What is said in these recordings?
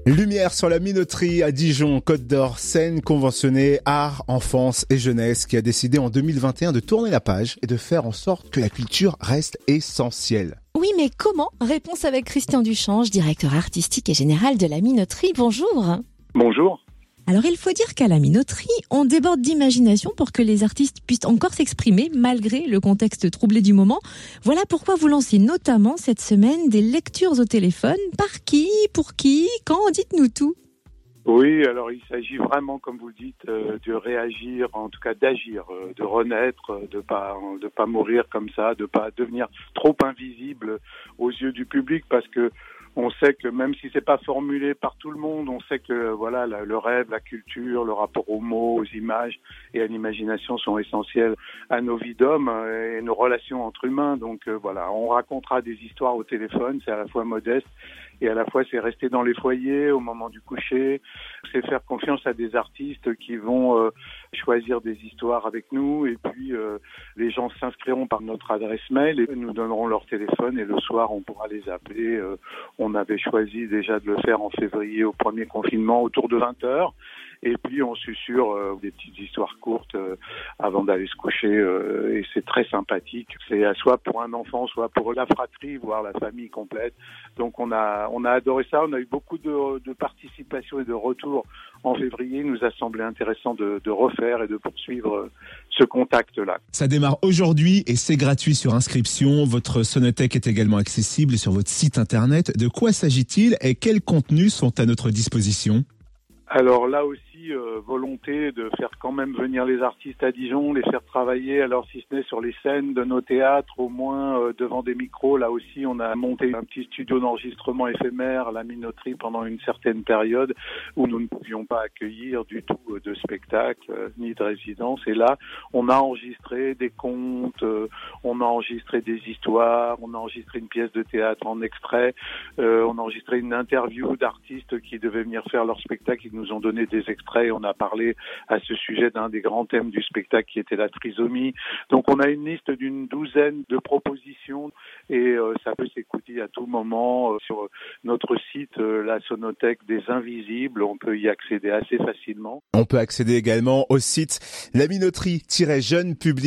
Lumière sur la minoterie à Dijon, Côte d'Or, scène conventionnée Art, Enfance et Jeunesse qui a décidé en 2021 de tourner la page et de faire en sorte que la culture reste essentielle. Oui, mais comment ? Réponse avec Christian Duchange, directeur artistique et général de la minoterie. Bonjour. Bonjour. Alors il faut dire qu'à la minoterie, on déborde d'imagination pour que les artistes puissent encore s'exprimer malgré le contexte troublé du moment. Voilà pourquoi vous lancez notamment cette semaine des lectures au téléphone. Par qui ? Pour qui ? Quand ? Dites-nous tout. Oui, alors il s'agit vraiment, comme vous le dites, de réagir, en tout cas d'agir, de renaître, de pas mourir comme ça, de pas devenir trop invisible aux yeux du public, parce que on sait que même si c'est pas formulé par tout le monde, on sait que voilà le rêve, la culture, le rapport aux mots, aux images et à l'imagination sont essentiels à nos vies d'hommes et nos relations entre humains. Donc voilà, on racontera des histoires au téléphone, c'est à la fois modeste et à la fois c'est rester dans les foyers au moment du coucher, c'est faire confiance à des artistes qui vont choisir des histoires avec nous, et puis les gens s'inscriront par notre adresse mail et nous donnerons leur téléphone et le soir on pourra les appeler. On avait choisi déjà de le faire en février au premier confinement autour de 20h. Et puis on susurre des petites histoires courtes avant d'aller se coucher, et c'est très sympathique. C'est soit pour un enfant, soit pour la fratrie, voire la famille complète. Donc on a adoré ça. On a eu beaucoup de participation et de retours en février. Il nous a semblé intéressant de refaire et de poursuivre ce contact-là. Ça démarre aujourd'hui et c'est gratuit sur inscription. Votre sonothèque est également accessible sur votre site internet. De quoi s'agit-il et quels contenus sont à notre disposition ? Alors là aussi, volonté de faire quand même venir les artistes à Dijon, les faire travailler, alors si ce n'est sur les scènes de nos théâtres, au moins devant des micros. Là aussi, on a monté un petit studio d'enregistrement éphémère à la minoterie pendant une certaine période où nous ne pouvions pas accueillir du tout de spectacle ni de résidence. Et là, on a enregistré des contes, on a enregistré des histoires, on a enregistré une pièce de théâtre en extrait, on a enregistré une interview d'artistes qui devaient venir faire leur spectacle. Ils nous ont donné des extraits. On a parlé à ce sujet d'un des grands thèmes du spectacle qui était la trisomie. Donc on a une liste d'une douzaine de propositions et ça peut s'écouter à tout moment sur notre site, la Sonothèque des Invisibles. On peut y accéder assez facilement. On peut accéder également au site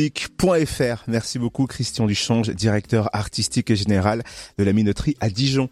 laminoterie-jeunepublic.fr. Merci beaucoup Christian Duchange, directeur artistique et général de la minoterie à Dijon.